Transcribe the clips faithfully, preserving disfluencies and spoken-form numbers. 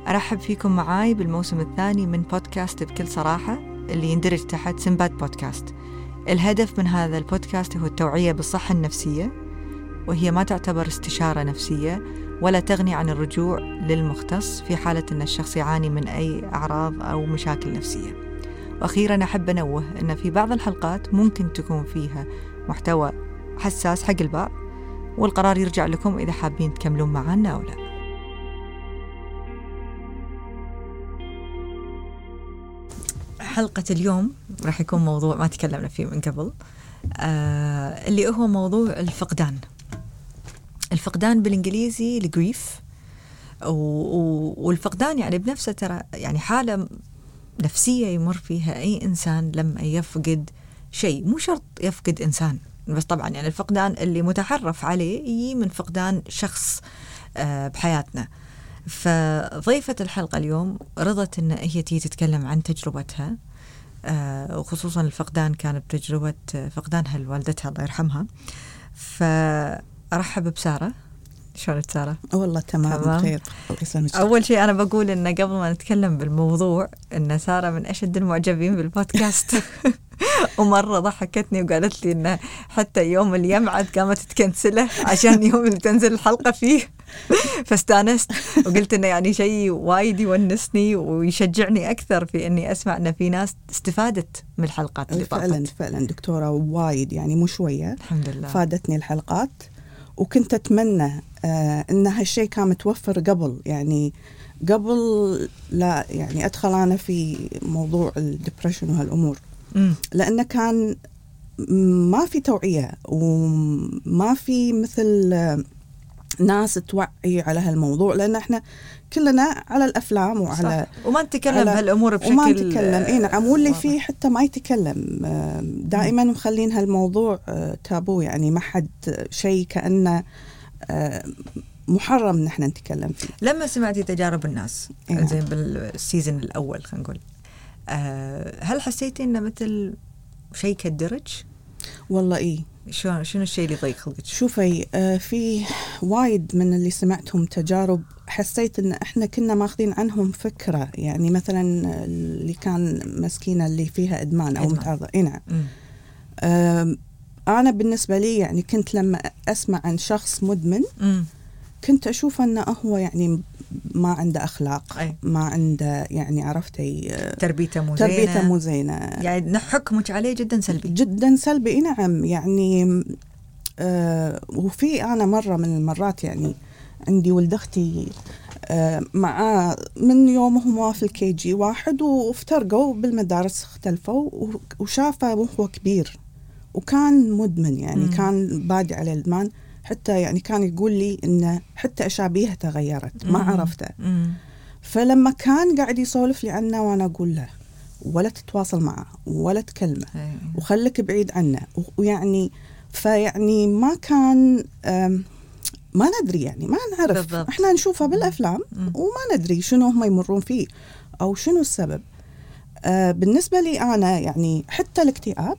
أرحب فيكم معاي بالموسم الثاني من بودكاست بكل صراحة اللي يندرج تحت سنباد بودكاست. الهدف من هذا البودكاست هو التوعية بالصحة النفسية، وهي ما تعتبر استشارة نفسية ولا تغني عن الرجوع للمختص في حالة أن الشخص يعاني من أي أعراض أو مشاكل نفسية. وأخيرا أحب أنوه أن في بعض الحلقات ممكن تكون فيها محتوى حساس حق البعض، والقرار يرجع لكم إذا حابين تكملون معنا أو لا. حلقة اليوم راح يكون موضوع ما تكلمنا فيه من قبل، آه اللي هو موضوع الفقدان. الفقدان بالإنجليزي الجريف، والفقدان يعني بنفسه ترى يعني حالة نفسية يمر فيها أي إنسان لما يفقد شيء. مو شرط يفقد إنسان بس، طبعا يعني الفقدان اللي متعرف عليه يجي من فقدان شخص آه بحياتنا. فضيفة الحلقة اليوم رضت أن هي تيجي تتكلم عن تجربتها، آه وخصوصا الفقدان كانت تجربة فقدانها لوالدتها الله يرحمها. فأرحب بسارة. شلونك سارة؟ والله تمام, تمام. بخير. أول شيء أنا بقول إن قبل ما نتكلم بالموضوع إن سارة من أشد المعجبين بالبودكاست ومرة ضحكتني وقالت لي إن حتى يوم اللي يمعد قامت تكنسله عشان يوم اللي تنزل الحلقة فيه. فاستانست وقلت إنه يعني شيء وايد يونسني ويشجعني أكثر في إني أسمع إن في ناس استفادت من الحلقات اللي طافت. فعلا فعلا دكتورة وايد يعني مو شوية الحمد لله فادتني الحلقات، وكنت أتمنى آه إن هالشيء كان متوفر قبل، يعني قبل لا يعني أدخل أنا في موضوع الدبريشن وهالأمور، م. لأنه كان ما في توعية وما في مثل ناس توعي على هالموضوع، لأن إحنا كلنا على الأفلام وعلى صح. وما نتكلم بهالأمور بشكل وما نتكلم إيه نعم، واللي فيه حتى ما يتكلم دائما، مخلين هالموضوع تابو، يعني ما حد شيء كأنه محرم إن إحنا نتكلم فيه. لما سمعتي تجارب الناس إيه زين بالسيزن الأول خلينا نقول، هل حسيتي إنه مثل شيء كالدرج؟ والله إيه. شو شنو الشيء اللي ضيق خلقك؟ شوفي آه في وايد من اللي سمعتهم تجارب حسيت إن إحنا كنا ماخذين عنهم فكرة، يعني مثلا اللي كان مسكينة اللي فيها إدمان أو متعرضة. إيه نعم. آه أنا بالنسبة لي يعني كنت لما أسمع عن شخص مدمن م. كنت أشوف أنه هو يعني ما عنده أخلاق، أي. ما عنده يعني عرفتي تربيته مو زينة، تربيته مو زينة، يعني حكمك عليه جدا سلبي جدا سلبي. نعم يعني آه وفي أنا مرة من المرات يعني عندي ولد أختي آه مع من يومهم هو في الكي جي واحد، وافترقوا بالمدارس اختلفوا، وشافه وهو كبير وكان مدمن، يعني م. كان بادي على الإدمان، حتى يعني كان يقول لي إن حتى أشابيه تغيرت ما عرفته. مم. فلما كان قاعد يسولف لي عنه وأنا أقول له ولا تتواصل معه ولا تكلمه وخلك بعيد عنه، ويعني فيعني ما كان ما ندري، يعني ما نعرف بالضبط. إحنا نشوفه بالأفلام مم. وما ندري شنو هم يمرون فيه أو شنو السبب. آه بالنسبة لي أنا يعني حتى الاكتئاب،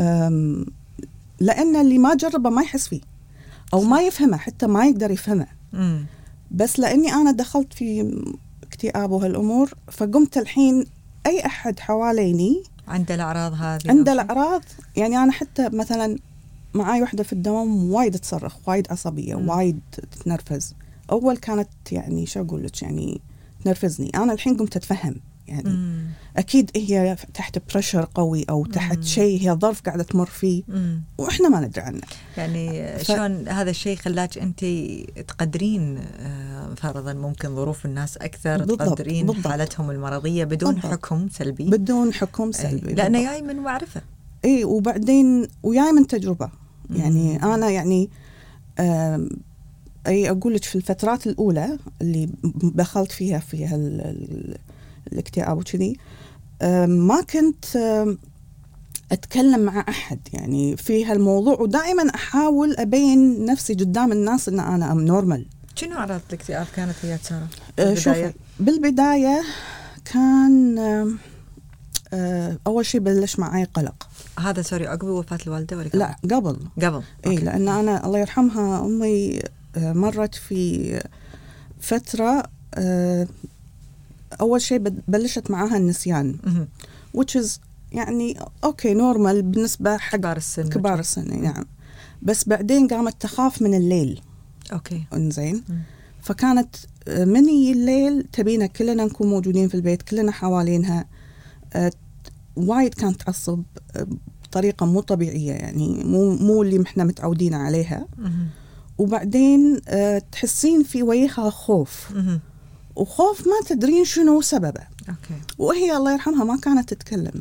لأن اللي ما جربه ما يحس فيه أو صح. ما يفهمه، حتى ما يقدر يفهمه. مم. بس لأني أنا دخلت في اكتئاب وهالأمور، فقمت الحين أي أحد حواليني عنده الأعراض هذه عنده الأعراض، يعني أنا حتى مثلا معاي وحدة في الدوام وايد تصرخ، وايد عصبية، مم. وايد تتنرفز. أول كانت يعني شو أقول لك يعني تنرفزني، أنا الحين قمت أتفهم يعني مم. أكيد هي تحت بريشر قوي أو تحت مم. شيء هي ظرف قاعدة تمر فيه مم. وإحنا ما ندري عنه. يعني ف... شلون هذا الشيء خلاك أنت تقدرين آه فرضا ممكن ظروف الناس أكثر، بالضبط. تقدرين بالضبط. حالتهم المرضية بدون بالضبط. حكم سلبي، بدون حكم سلبي، لأنه جاي من معرفة. إيه وبعدين وياي من تجربة. مم. يعني أنا يعني آه أي أقول لك في الفترات الأولى اللي دخلت فيها في هال الاكتئاب وكذي، ما كنت أتكلم مع أحد يعني في هالموضوع، ودائما أحاول أبين نفسي قدام الناس إن أنا أم نورمال. شنو أعراض الاكتئاب كانت هي سارة؟ بالبداية؟ بالبداية كان أول شيء بلش معي قلق. هذا سوري عقب وفاة الوالدة ولا لا قبل؟ قبل. إيه لأن أنا الله يرحمها أمي مرت في فترة أول شيء بلشت معاها النسيان مهم. which is يعني أوكي نورمال بالنسبة حق كبار السن كبار السن نعم. بس بعدين قامت تخاف من الليل. أوكي إنزين فكانت من الليل تبينا كلنا نكون موجودين في البيت كلنا حوالينها. أه وايد كانت تعصب بطريقة مو طبيعية يعني مو مو اللي احنا متعودين عليها. مهم. وبعدين أه تحسين في وجهها خوف. مهم. وخوف ما تدرين شنو سببه. أوكي. وهي الله يرحمها ما كانت تتكلم.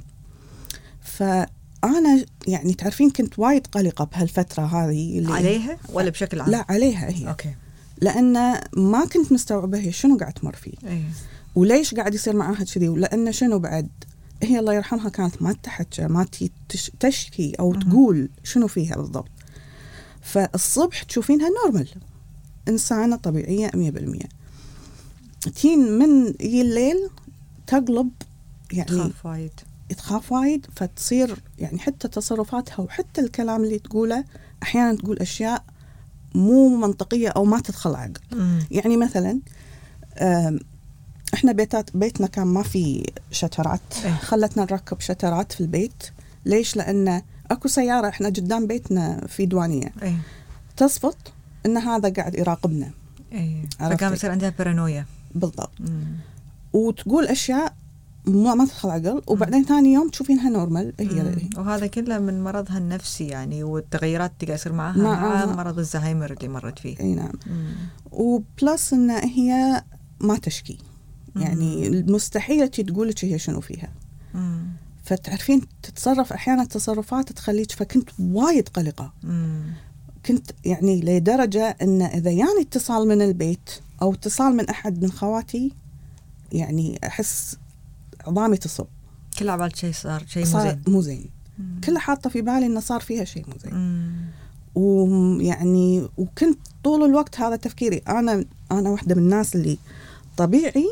فأنا يعني تعرفين كنت وايد قلقة بهالفترة هذه اللي عليها ولا بشكل عام؟ لا عليها هي. أوكي. لأن ما كنت مستوعبة هي شنو قاعد تمر فيه. أيه. وليش قاعد يصير معاها كذي ولأن شنو بعد هي الله يرحمها كانت ما تحكي ما تشكي أو تقول شنو فيها بالضبط. فالصبح تشوفينها نورمال إنسانة طبيعية مية بالمية. تين من الليل تقلب يعني تخاف وايد تخاف وايد فتصير يعني حتى تصرفاتها وحتى الكلام اللي تقوله أحيانا تقول أشياء مو منطقية أو ما تدخل عقل. يعني مثلا إحنا بيتات بيتنا كان ما في شترات. أيه. خلتنا نركب شترات في البيت. ليش؟ لأن أكو سيارة إحنا قدام بيتنا في دوانية. أيه. تصفط إن هذا قاعد يراقبنا. أيه. فقام يصير عندها بارانويا. بالضبط. مم. وتقول أشياء ما ما تدخل عقل وبعدين ثاني يوم تشوفينها نورمال هي. مم. وهذا كله من مرضها النفسي يعني والتغيرات اللي قاعد يصير معها مع, مع مرض الزهايمر اللي مرت فيه. اي نعم. وبلس ان هي ما تشكي يعني مم. مستحيل تقولك هي شنو فيها. مم. فتعرفين تتصرف احيانا تصرفات تخليك. فكنت وايد قلقة. مم. كنت يعني لدرجة ان اذا يعني اتصال من البيت او اتصال من احد من خواتي يعني احس عظامي تصب. كل عبالك شيء صار شيء مو صار زين. مو زين. كل حاطة في بالي إنه صار فيها شيء مو زين. مم. ويعني وكنت طول الوقت هذا تفكيري. أنا أنا واحدة من الناس اللي طبيعي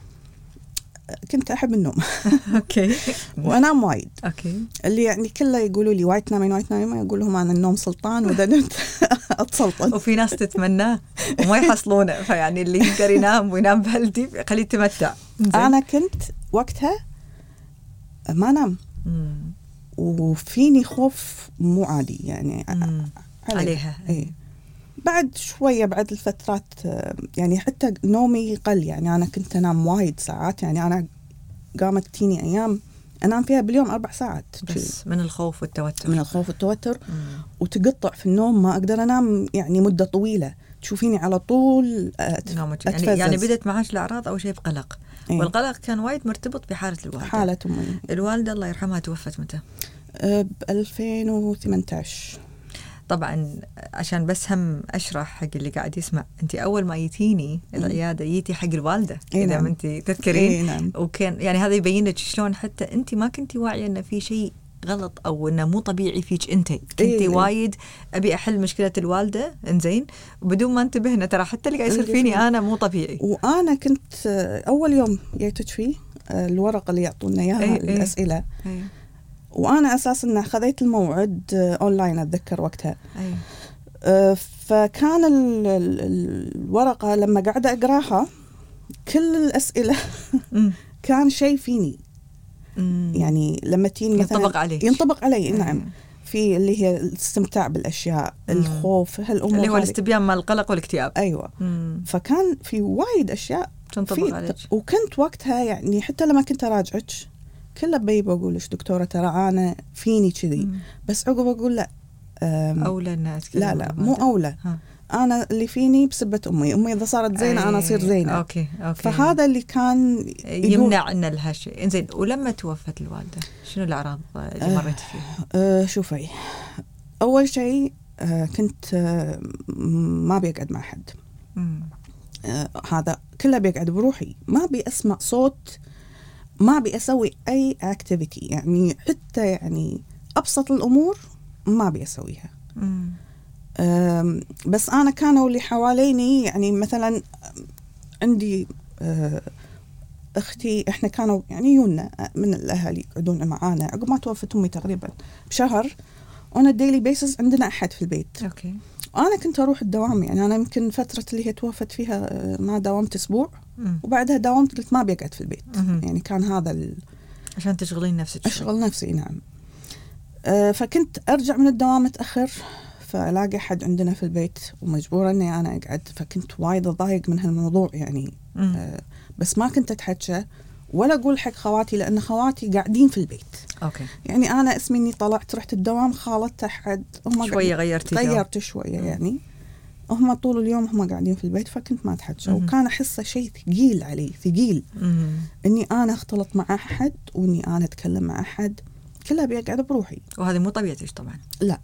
كنت أحب النوم. أوكي. وأنام وايد. أوكي. اللي يعني كله يقولوا لي وايد تنامين وايد تنامين أقول لهم أنا النوم سلطان وإذا نمت أتسلطن. وفي ناس تتمناه وما يحصلونه فيعني اللي يقدر ينام وينام بهالدي خليه يتمتع. أنا كنت وقتها ما نام. مم. وفيني خوف مو عادي يعني عليها, عليها. إيه. بعد شوية بعد الفترات يعني حتى نومي قل يعني أنا كنت أنام وايد ساعات يعني أنا قامت تيني أيام أنام فيها باليوم أربع ساعات بس من الخوف والتوتر من الخوف والتوتر. مم. وتقطع في النوم ما أقدر أنام يعني مدة طويلة تشوفيني على طول أتفزز. يعني, يعني بدت معاش الأعراض أو شيء بقلق. إيه؟ والقلق كان وايد مرتبط بحالة الوالدة. حالة أمي. الوالدة الله يرحمها توفت متى؟ ب ألفين وثمانية عشر. طبعا عشان بس هم أشرح حق اللي قاعد يسمع. أنت أول ما يتيني العيادة يتي حق الوالدة. إيه إذا نعم. أنت تذكرين. إيه نعم. وكان يعني هذا يبين لك شلون حتى أنت ما كنتي واعية إن في شيء غلط أو إنه مو طبيعي فيك. أنت كنتي إيه وايد أبي أحل مشكلة الوالدة إنزين بدون ما انتبه إنه ترى حتى اللي قاعد يصير فيني أنا مو طبيعي. وأنا كنت أول يوم جيتك فيه الورقة اللي يعطونا إياها أيه الأسئلة. أيه. وأنا أساساً خذيت الموعد أونلاين أتذكر وقتها. أيه. أه فكان ال ال الورقة لما قاعدة أقراها كل الأسئلة كان شيء فيني. مم. يعني لما تيني مثلا ينطبق عليك. ينطبق علي. نعم. في اللي هي الاستمتاع بالأشياء. مم. الخوف هالأمور اللي هو الاستبيان مع القلق والاكتئاب. أيوة. مم. فكان في وايد أشياء تنطبق عليك. وكنت وقتها يعني حتى لما كنت أراجعك كله بي بقولش دكتورة ترى أنا فيني كذي. بس عقب أقول لا أولى الناس. لا لا مو أولى. ها. أنا اللي فيني بسبة أمي. أمي إذا صارت زينة أي أنا أصير زينة. أوكي. أوكي. فهذا اللي كان يمنع أن الهالشيء. إنزين ولما توفت الوالدة شنو الأعراض اللي مريت فيها؟ أه شوفي أول شيء أه كنت أه ما بيقعد مع حد. أه هذا كله بيقعد بروحي. ما بيسمع صوت. ما بيسوي أي activity يعني حتى يعني أبسط الأمور ما بيسويها. بس أنا كانوا اللي حواليني يعني مثلا عندي أختي إحنا كانوا يعني يونا من الأهالي يقعدون معانا عقب ما توفت أمي تقريبا بشهر on a daily basis عندنا أحد في البيت. أوكي. أنا كنت أروح الدوام، يعني أنا يمكن فترة اللي هي توفت فيها ما داومت أسبوع، مم. وبعدها داومت قلت ما بيقعد في البيت. مم. يعني كان هذا ال... عشان تشغلين نفسك شوي. أشغل نفسي نعم. أه فكنت أرجع من الدوام متأخر، فألاقي حد عندنا في البيت ومجبورة أني أنا أقعد، فكنت وايد أضايق من هالموضوع يعني. أه بس ما كنت أتحكى ولا أقول حق خواتي، لأن خواتي قاعدين في البيت. أوكي. يعني أنا اسمي إني طلعت رحت الدوام، خالطت أحد، هم شوية غيرتي غيرت شوية. يعني هم طول اليوم هم قاعدين في البيت، فكنت ما أتحكى. وكان أحسه شيء ثقيل علي، ثقيل مم. إني أنا أختلط مع أحد وإني أنا أتكلم مع أحد، كلها بيقعد بروحي. وهذه مو طبيعتك طبعا. لا.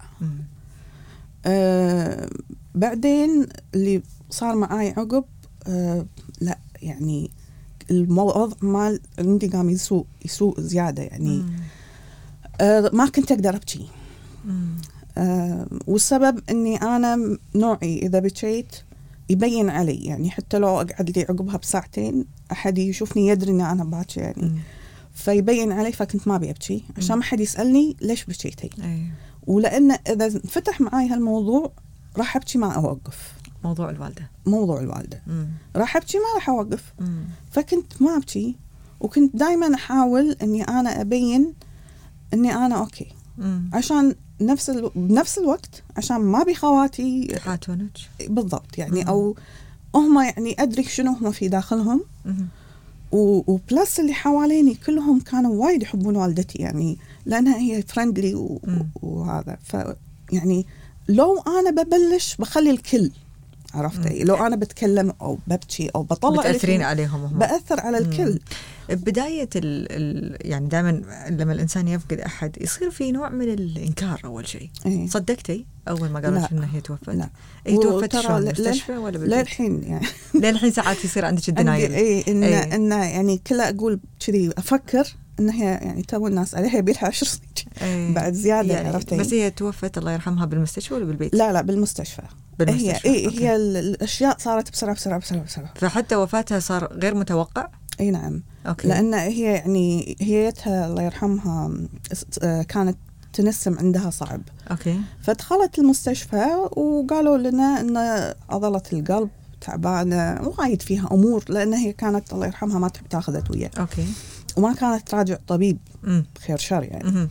آه بعدين اللي صار معاي عقب، آه لا يعني الموضوع مال عندي قام يسوء يسوء زيادة يعني. آه ما كنت أقدر أبكي. آه والسبب إني أنا نوعي إذا بكيت يبين علي، يعني حتى لو أقعد لي عقبها بساعتين أحد يشوفني يدري إني أنا باكي يعني. مم. فيبين علي، فكنت ما بيبكي عشان ما حد يسألني ليش بكيتي. أيه. ولأن إذا فتح معاي هالموضوع راح أبكي ما أوقف. موضوع الوالدة موضوع الوالدة مم. راح أبكي ما راح أوقف. مم. فكنت ما أبكي، وكنت دايما أحاول أني أنا أبين أني أنا أوكي. مم. عشان نفس الو... بنفس الوقت عشان ما بخواتي يحاتونك بالضبط يعني. مم. أو هم يعني أدري شنو هم في داخلهم. مم. و... وبلس اللي حواليني كلهم كانوا وايد يحبون والدتي يعني، لأنها هي فريندلي و... وهذا. ف يعني لو أنا ببلش بخلي الكل عرفتي، لو أنا بتكلم أو ببكي أو بطلع بتأثرين عليهم هم. بأثر على الكل. مم. بداية ال ال يعني دائما لما الإنسان يفقد أحد يصير في نوع من الإنكار أول شيء. إيه؟ صدقتي أول ما قالت إنها هي توفت؟ لا. هي توفت شلون؟ مستشفى ولا بالبيت؟ للحين يعني للحين ساعات يصير عندك الدنايل. إيه إن إيه؟ إن يعني كلا أقول كذي أفكر إنها يعني تو الناس عليها بيلها عشر سنين. إيه؟ بعد زيادة يعني عرفتي. بس هي توفت الله يرحمها بالمستشفى ولا بالبيت؟ لا لا بالمستشفى. بالمستشفى. هي إيه هي الأشياء صارت بسرعة بسرعة بسرعة بسرعة. فحتى وفاتها صار غير متوقع. اي نعم. أوكي. لأن هي يعني هيتها الله يرحمها كانت تنسم عندها صعب. أوكي. فدخلت المستشفى وقالوا لنا إن عضلة القلب تعبانة وايد فيها أمور، لأن هي كانت الله يرحمها ما تحب تاخذ أدوية. أوكي. وما كانت تراجع طبيب. م. خير شر يعني. م.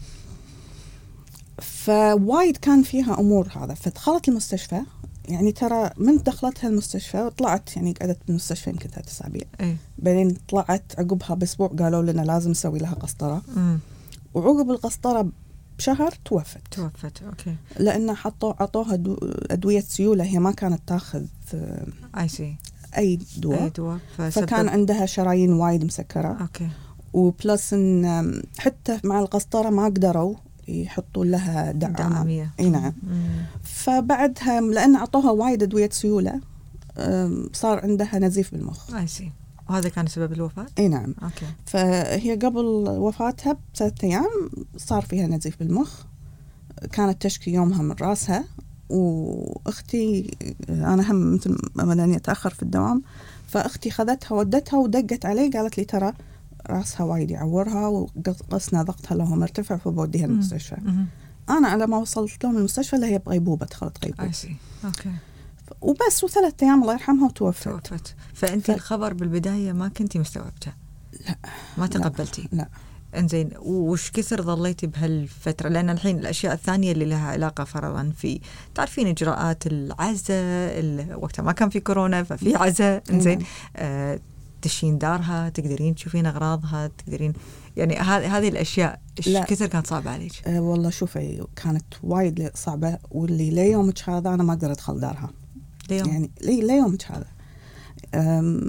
فوايد كان فيها أمور هذا. فدخلت المستشفى يعني ترى من دخلتها المستشفى وطلعت يعني قعدت بالمستشفى يمكن ثلاث أسابيع. أي. بعدين طلعت عقبها بأسبوع قالوا لنا لازم نسوي لها قسطرة. مم. وعقب القسطرة بشهر توفت. توفت. أوكي. لأن حطوا عطوها أدوية سيولة، هي ما كانت تاخذ أي سي أي دواء. أي دواء. فكان عندها شرايين وايد مسكرة. أوكي. وبلس إن حتى مع القسطرة ما قدروا يحطوا لها دعامية. اي نعم. فبعدها لأن عطوها وايد أدوية سيولة صار عندها نزيف بالمخ. اي سي. وهذا كان سبب الوفاة؟ اي نعم. اوكي. فهي قبل وفاتها بثلاثة ايام صار فيها نزيف بالمخ، كانت تشكي يومها من راسها. واختي انا هم مثل ما اتاخر في الدوام، فاختي خذتها ودتها ودقت علي قالت لي ترى راسها وايد يعورها وقصنا ضغطها لهم مرتفع فبوديها المستشفى. مم. أنا على ما وصلت لهم المستشفى اللي هي بغيبوبة، دخلت غيبوبة. أوكي. وبس وثلاث أيام الله يرحمها وتوفت. توفت. فأنت ف... الخبر بالبداية ما كنتي مستوعبته؟ لا. ما تقبلتي؟ لا. إنزين وش كثر ظليتي بهالفترة؟ لأن الحين الأشياء الثانية اللي لها علاقة فرضا في تعرفين إجراءات العزاء، وقتها ما كان في كورونا ففي عزاء. إنزين آه تشين دارها، تقدرين تشوفين أغراضها، تقدرين يعني هذه الأشياء إيش كثر كانت صعبة عليك؟ أه والله شوفي كانت وايد صعبة، واللي ليومك هذا أنا ما أقدر أدخل دارها. ليوم. يعني لي ليومك هذا. أم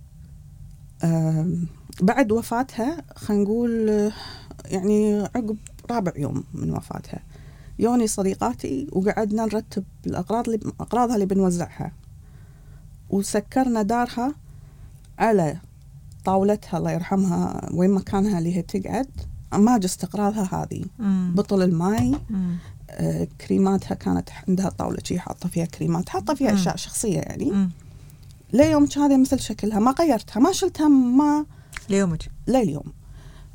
أم بعد وفاتها خلينا نقول يعني عقب رابع يوم من وفاتها يوني صديقاتي وقعدنا نرتب الأغراض اللي أغراضها اللي بنوزعها، وسكرنا دارها على طاولتها الله يرحمها وين مكانها اللي هي تقعد، ما جست أغراضها هذه. مم. بطل الماي، مم. آه كريماتها كانت عندها طاولة شي حاطة فيها كريمات، حاطة فيها أشياء شخصية يعني. مم. ليومك هذه مثل شكلها ما غيرتها ما شلتها ما ليومك لليوم.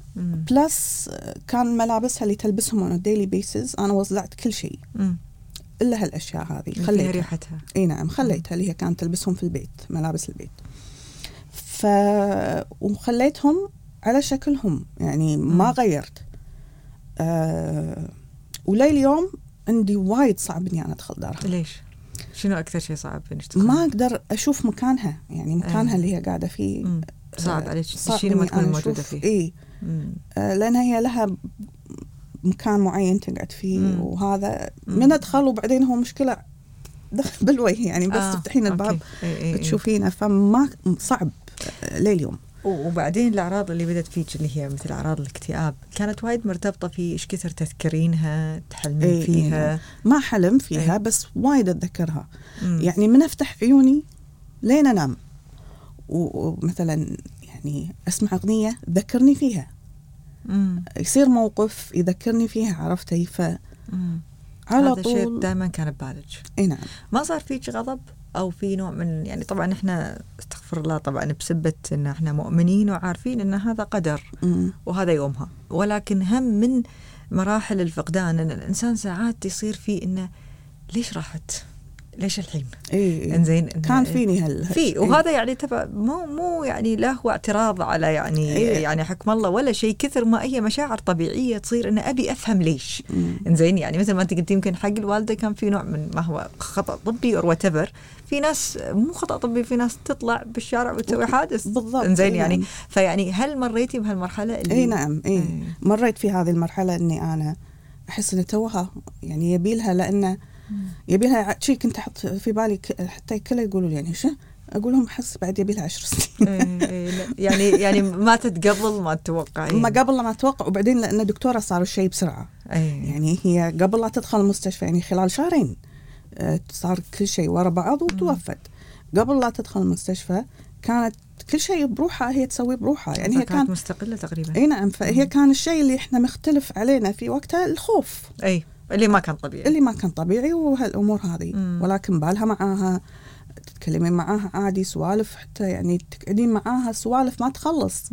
بلس كان ملابسها اللي تلبسهم on a daily basis أنا وزعت كل شيء. مم. إلا هالأشياء هذه خليتها ريحتها. إيه نعم خليتها اللي هي كانت تلبسهم في البيت ملابس البيت. ف وخليتهم على شكلهم يعني ما م. غيرت. أه... ولي اليوم عندي وايد صعب إني أنا أدخل دارها. ليش؟ شنو أكثر شيء صعب إنك تدخل؟ ما أقدر أشوف مكانها يعني مكانها أيه. اللي هي قاعدة فيه م. صعب عليك تشيلي ما تكون موجودة فيه. إيه أه لأن هي لها مكان معين تقعد فيه م. وهذا م. من أدخل وبعدين هو مشكلة دخل بالوجه يعني بس آه. تفتحين الباب إيه إيه تشوفينه فما صعب ليه اليوم. وبعدين الأعراض اللي بدت فيك اللي هي مثل أعراض الاكتئاب كانت وايد مرتبطة في إيش كثر تذكرينها تحلمين إيه فيها؟ إيه. ما حلم فيها إيه. بس وايد أتذكرها م. يعني من أفتح عيوني لين أنام ومثلا يعني أسمع أغنية ذكرني فيها مم. يصير موقف يذكرني فيها عرفتي ف مم. على هذا طول شيء دائما كان ببالك. اي نعم. ما صار فيك غضب او في نوع من يعني طبعا احنا استغفر الله طبعا بسبة ان احنا مؤمنين وعارفين ان هذا قدر مم. وهذا يومها، ولكن هم من مراحل الفقدان ان الانسان ساعات يصير فيه انه ليش راحت ليش الحين إيه انزين كان فيني هال في إيه؟ وهذا يعني تبع مو مو يعني لا هو اعتراض على يعني إيه؟ يعني حكم الله ولا شيء، كثر ما هي مشاعر طبيعيه تصير ان ابي افهم ليش انزين يعني مثل ما انت قلتي يمكن حق الوالده كان في نوع من ما هو خطا طبي او وات في ناس مو خطا طبي، في ناس تطلع بالشارع وتسوي حادث بالضبط انزين إيه يعني نعم. فيعني هل مريتي بهالمرحله اللي اي نعم اي إيه؟ مريت في هذه المرحله اني انا احس ان توها يعني يبي لها لانه يبي لها شيء كنت أحط في بالي حتى كله يقولوا لي يعني شو أقول لهم حس بعد يبي لها عشر سنين يعني يعني ما تتقبل ما تتوقع ما قبل ما أتوقع وبعدين لأن دكتورة صاروا الشيء بسرعة يعني هي قبل لا تدخل المستشفى يعني خلال شهرين صار كل شيء ورا بعض وتوفت. قبل لا تدخل المستشفى كانت كل شيء بروحها هي تسوي بروحها يعني هي كانت مستقلة تقريبا. اي نعم فهي كان الشيء اللي احنا مختلف علينا في وقتها الخوف اي اللي ما كان طبيعي اللي ما كان طبيعي وهالأمور هذه مم. ولكن بالها معاها تتكلمين معاها عادي سوالف حتى يعني تقعدين معاها سوالف ما تخلص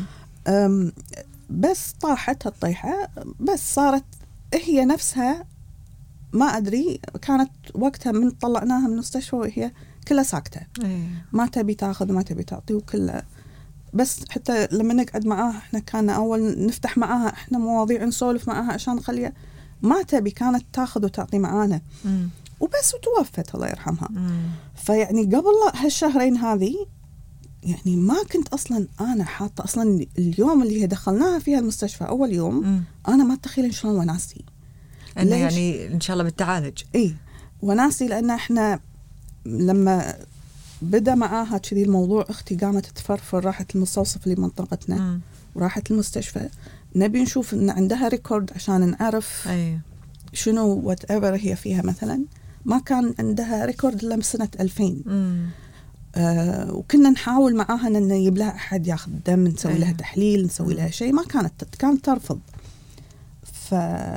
بس طاحت الطيحة بس صارت هي نفسها ما أدري كانت وقتها من طلعناها من المستشفى وهي كلها ساكتة أيه. ما تبي تاخذ وما تبي تعطي وكلها بس حتى لما نقعد معاها احنا كان أول نفتح معاها احنا مواضيع نسولف معاها عشان نخليها ما تبي كانت تاخذ وتعطي معانا مم. وبس وتوفت الله يرحمها. مم. فيعني قبل هالشهرين هذه يعني ما كنت أصلا أنا حاطة أصلا اليوم اللي هي دخلناها فيها المستشفى أول يوم مم. أنا ما أتخيل شلون وناسي أنه يعني إن شاء الله بالتعالج إيه وناسي لأن إحنا لما بدأ معاها كذي الموضوع أختي قامت تفرفر راحت المستوصف اللي منطقتنا مم. وراحت المستشفى نبي نشوف إن عندها ريكورد عشان نعرف أيه. شنو وات ايفر هي فيها مثلا ما كان عندها ريكورد إلا من سنة ألفين آه وكنا نحاول معاها إن نجيب لها أحد ياخذ دم نسوي أيه. لها تحليل نسوي لها شيء ما كانت كانت ترفض. ف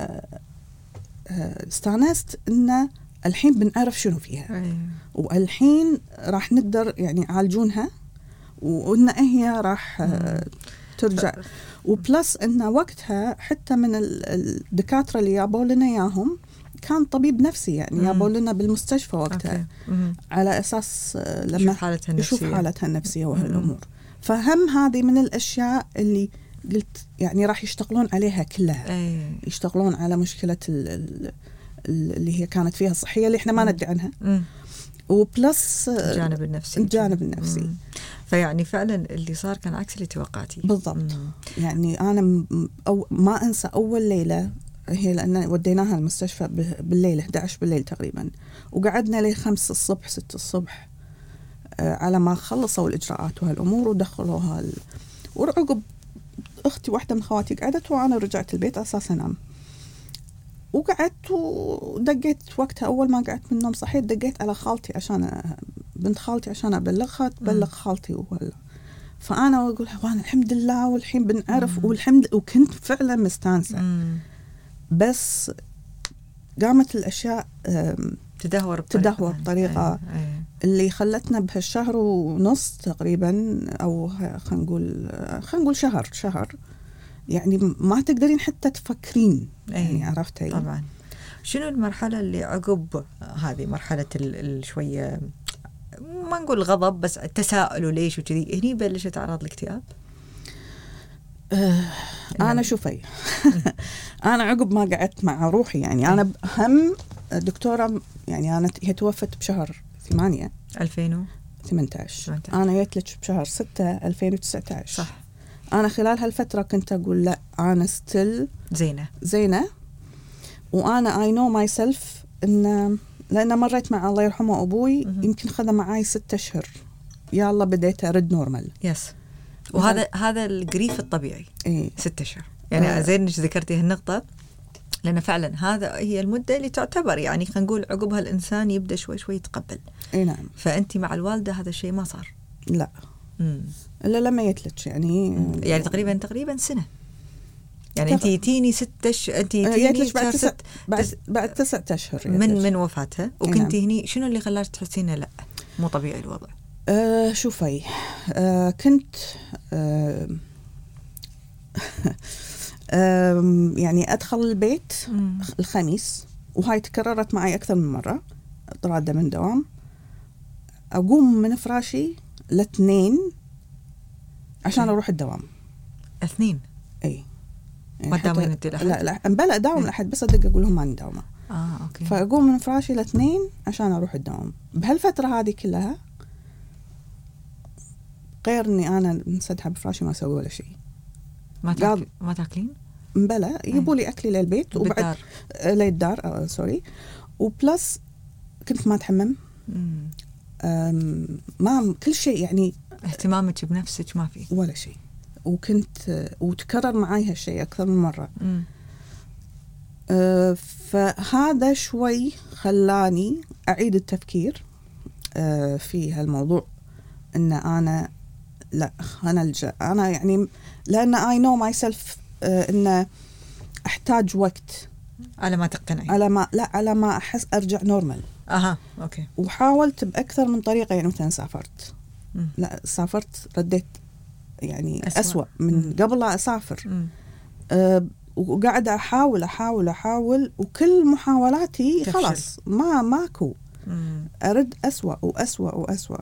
استانست إن الحين بنعرف شنو فيها أيه. والحين راح نقدر يعني يعالجونها وإن هي راح آه ترجع وبلس إن وقتها حتى من الدكاترة اللي جابوا لنا إياهم كان طبيب نفسي يعني جابوا لنا بالمستشفى وقتها على أساس لما يشوف حالتها النفسية, يشوف حالتها النفسية وهالأمور. فهم هذه من الأشياء اللي قلت يعني راح يشتغلون عليها كلها أيه. يشتغلون على مشكلة ال ال اللي هي كانت فيها صحية اللي إحنا ما ندري عنها مم. وبلس الجانب النفسي الجانب النفسي مم. فيعني فعلا اللي صار كان عكس اللي توقعتي بالضبط. مم. يعني أنا م أو ما أنسى أول ليلة هي لأن وديناها المستشفى بالليل إحدى عشر بالليل تقريبا وقعدنا لي خمسة الصبح ستة الصبح آه على ما خلصوا الإجراءات وهالأمور ودخلوها ال... ورعقب أختي واحدة من خواتي قعدت وأنا رجعت البيت أساسا أنام وقعدت ودقيت وقتها أول ما قعدت من النوم صحيت دقيت على خالتي عشان بنت خالتي عشان أبلغها تبلغ خالتي وهلا فأنا أقول وانا الحمد لله والحين بنعرف مم. والحمد وكنت فعلا مستانسة مم. بس قامت الأشياء تدهور بطريقة, تدهور بطريقة أي. أي. اللي خلتنا بهالشهر ونص تقريبا أو خلينا نقول خلينا نقول شهر شهر يعني ما تقدرين حتى تفكرين أيه. يعني عرفتي طبعا شنو المرحلة اللي عقب هذه مرحلة الشوية ما نقول الغضب بس التساؤل وليش وكذي، هني بلشت أعراض الاكتئاب؟ آه أنا شوفي أنا عقب ما قعدت مع روحي يعني أنا هم دكتورة يعني أنا هي توفت بشهر ثمانية ألفين وثمانية عشر، أنا جيت لك بشهر ستة ألفين وتسعة عشر. صح. أنا خلال هالفترة كنت أقول لا أنا ستيل زينة زينة وأنا I know myself إن لأن مريت مع الله يرحمه أبوي م- يمكن خذ معاي ستة أشهر يلا بديت أرد نورمال. يس. وهذا هذا الجريف الطبيعي. إيه. ستة أشهر يعني آه. زين إنك ذكرتي هالنقطة لأن فعلا هذا هي المدة اللي تعتبر يعني خلينا نقول عقبها الإنسان يبدأ شوي شوي يتقبل. إيه نعم. فأنت مع الوالدة هذا الشيء ما صار؟ لا. مم. إلا لما يتلج يعني. مم. يعني تقريبا تقريبا سنة. يعني أنت تيني ستة ش... أنت تيني بعد تسع ست... بعد بعد تسعة أشهر من من وفاتها وكنتي نعم. هني شنو اللي خلاك تحسين لا مو طبيعي الوضع؟ أه شوفي أه كنت أه أه يعني أدخل البيت مم. الخميس وهاي تكررت معي أكثر من مرة طرادة من دوام أقوم من فراشي لاثنين عشان أروح الدوام. اثنين؟ أي ما داومين انت لحد؟ لا لا بلا داوم لحد بس ادق اقول لهم ماني داومه. اه اوكي. فاقوم من فراشي لاثنين عشان اروح الدوام. بهالفتره هذه كلها غير اني انا منسدحه بفراشي ما اسوي ولا شيء. ما تاكل ما تاكلين؟ بلا يجيبوا لي اكلي للبيت وبعد للدار آه سوري. وبلس كنت ما اتحمم ما كل شيء يعني اهتمامك بنفسك ما في ولا شيء. وكنت وتكرر معي هالشيء أكثر من مرة. أه فهذا شوي خلاني أعيد التفكير أه في هالموضوع إن أنا لا أنا الجأ أنا يعني لأن I know myself أه إن أحتاج وقت على ما تقتنعي على ما لا على ما أحس أرجع نورمال. أها أوكي. وحاولت بأكثر من طريقة يعني مثلا سافرت م. لا سافرت رديت يعني أسوأ, أسوأ من مم. قبل لا أسافر. أه وقاعدة أحاول أحاول أحاول وكل محاولاتي تفشل. خلاص ما ماكو مم. أرد أسوأ وأسوأ وأسوأ.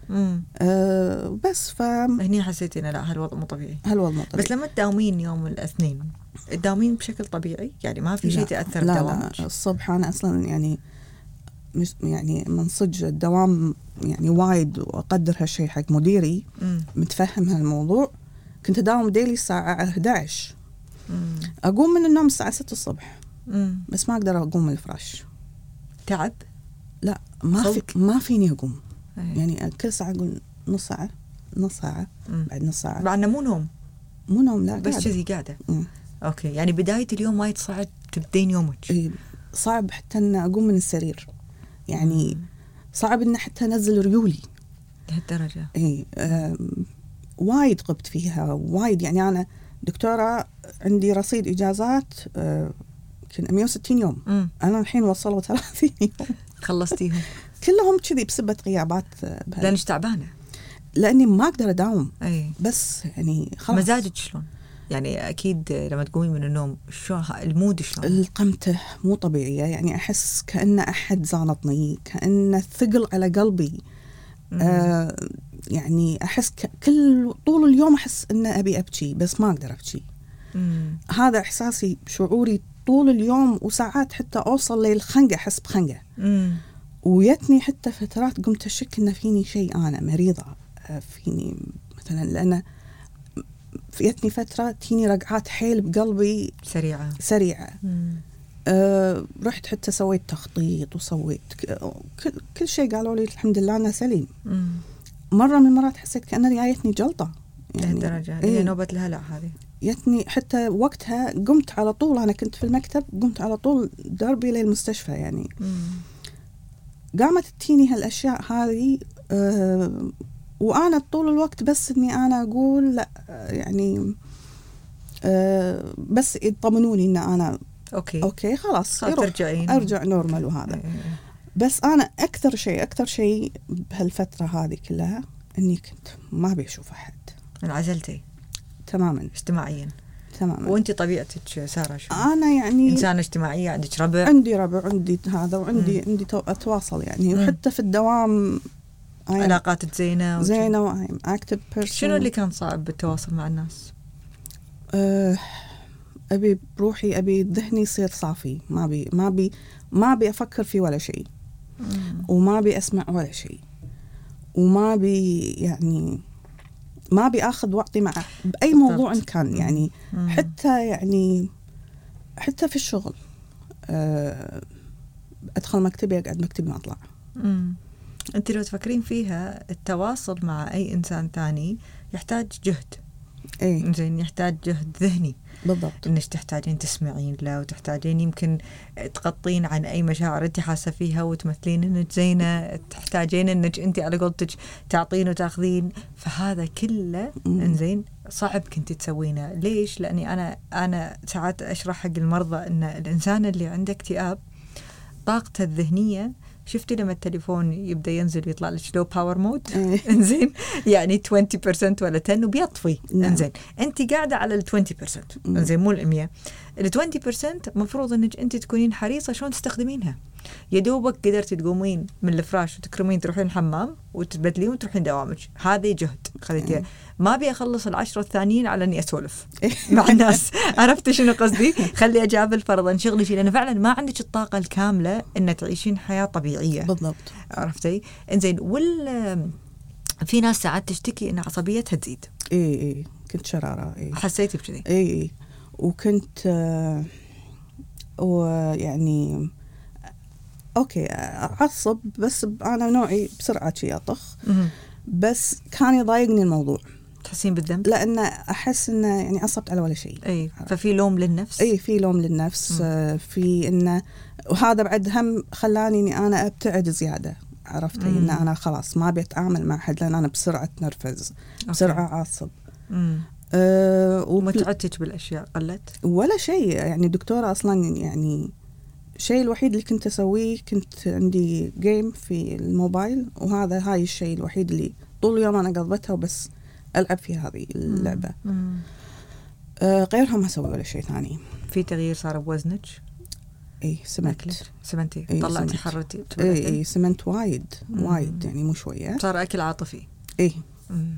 أه بس ف هني حسيت إن لا هالوضع مو طبيعي. هالوضع مو طبيعي. بس لما تداومين يوم الاثنين تداومين بشكل طبيعي يعني ما في شيء تأثر لا بدوامك؟ لا الصبح أنا أصلا يعني مش يعني منصج الدوام يعني وايد وأقدر هالشيء حق مديري مم. متفهم هالموضوع. كنت أداوم ديلي الساعة إحدى عشر مم. أقوم من النوم الساعة ستة الصبح مم. بس ما أقدر أقوم من الفراش. تعب؟ لا ما في ما فيني أقوم. أي. يعني كل ساعة أقول نص ساعة نص ساعة مم. بعد نص ساعة بعدنا مو نوم مو نوم لا بس كذي قاعدة. مم. أوكي يعني بداية اليوم وايد صعب تبدين يومك. إيه صعب حتى أن أقوم من السرير يعني مم. صعب إن حتى أنزل ريولي لهالدرجة. إيه وايد قبت فيها وايد يعني أنا دكتورة عندي رصيد إجازات آه كان مية وستين يوم مم. أنا الحين وصلوا ثلاثين يوم خلصتيهم كلهم كذي بسبة غيابات. لأنش تعبانة؟ لأني ما أقدر أداوم. أي. بس يعني خلاص. مزاجك شلون؟ يعني أكيد لما تقومي من النوم شو المود شلون؟ القمته مو طبيعية يعني أحس كأن أحد زانطني كأن ثقل على قلبي. آه يعني أحس كل طول اليوم أحس إن أبي أبكي بس ما أقدر أبكي. مم. هذا إحساسي شعوري طول اليوم وساعات حتى أوصل للخنقة أحس بخنقة. مم. ويتني حتى فترات قمت أشك إن فيني شيء أنا مريضة فيني مثلا لأن فيتني فترة تيني رقعات حيل بقلبي سريعة سريعة. أه رحت حتى سويت تخطيط وسويت كل, كل شيء قالوا لي الحمد لله أنا سليم. مم. مرة من المرات حسيت كأن جايتني جلطة يعني درجة هي إيه نوبة الهلع هذه يتني حتى وقتها قمت على طول أنا كنت في المكتب قمت على طول دربي للمستشفى يعني. مم. قامت تيني هالأشياء هذه أه وأنا طول الوقت بس إني أنا أقول لا يعني أه بس يطمنوني إن أنا أوكي أوكي خلاص ترجعين أرجع نورمال وهذا. بس أنا أكثر شيء أكثر شيء بهالفترة هذه كلها إني كنت ما أبي أشوف أحد. انعزلتي تماما اجتماعيا تماما. وانت طبيعتك سارة شو؟ انا يعني انسانه اجتماعيه، عندك ربع؟ عندي ربع، عندي هذا، وعندي مم. عندي اتواصل يعني. مم. وحتى في الدوام علاقاتك زينه زينه وأيم اكتف بيرسون. شنو اللي كان صعب بالتواصل مع الناس؟ أه ابي بروحي، ابي ذهني يصير صافي، ما بي ما بي ما بي افكر في ولا شيء، وما بي اسمع ولا شيء، وما بي يعني ما بي اخذ واعطي مع باي موضوع إن كان يعني. مم. حتى يعني حتى في الشغل أه ادخل مكتبي، اقعد مكتبي ما اطلع. امم انت لو تفكرين فيها التواصل مع اي انسان ثاني يحتاج جهد. ايه زين، يحتاج جهد ذهني بالضبط، انك تحتاجين تسمعين له، وتحتاجين يمكن تغطين عن اي مشاعر انت حاسه فيها وتمثلين انك زينه، تحتاجين انك انت على قولتك تعطين وتاخذين. فهذا كله انزين صعب كنت تسوينه. ليش؟ لاني انا انا ساعات اشرح حق المرضى ان الانسان اللي عنده اكتئاب طاقته الذهنيه، شفتي لما التليفون يبدا ينزل يطلع لك لو باور مود انزين، يعني عشرين بالمئة ولا عشرة وبيطفي. انزين انت قاعده على ال عشرين بالمئة انزين، مو ال مية. ال عشرين بالمئة مفروض انك انت تكونين حريصه شلون تستخدمينها. يا دوبك قدرتي تقومين من الفراش وتكرمين تروحين الحمام وتبدلين وتروحين دوامك، هذا جهد خذيتيه. ما ابي اخلص العشرة الثانيين على اني اسولف مع الناس. عرفت شنو قصدي؟ خلي اجابل فرضا شغلي شيء، لان فعلا ما عندك الطاقه الكامله ان تعيشين حياه طبيعيه. بالضبط. عرفتي؟ انزين. وال في ناس ساعات تشتكي ان عصبيتها تزيد. اي اي كنت شراره. اي حسيتي بكذي؟ اي اي وكنت آه ويعني اوكي اعصب، بس انا نوعي بسرعه شي اطخ، بس كان يضايقني الموضوع. تحسين بالذنب؟ لأن أحس إنه يعني عصبت على ولا شيء. أي ففي لوم للنفس. أي في لوم للنفس. مم. في إنه، وهذا بعد هم خلاني إني أنا أبتعد زيادة. عرفتي إن أنا خلاص ما بيتعامل مع أحد، لأن أنا بسرعة نرفز، بسرعة عصب. أه ومتعتك بالأشياء قلت؟ ولا شيء يعني. دكتورة أصلا يعني الشيء الوحيد اللي كنت أسويه، كنت عندي جيم في الموبايل، وهذا هاي الشيء الوحيد اللي طول اليوم أنا قضيتها وبس ألعب في هذه اللعبة. مم. آه غيرها ما أسوي ولا شيء ثاني. في تغيير صار بوزنك؟ إيه سمنت. سمنتي؟ إيه طلعتي حرتي؟ إيه إيه سمنت وايد. مم. وايد يعني مو شوية. صار أكل عاطفي. إيه. مم.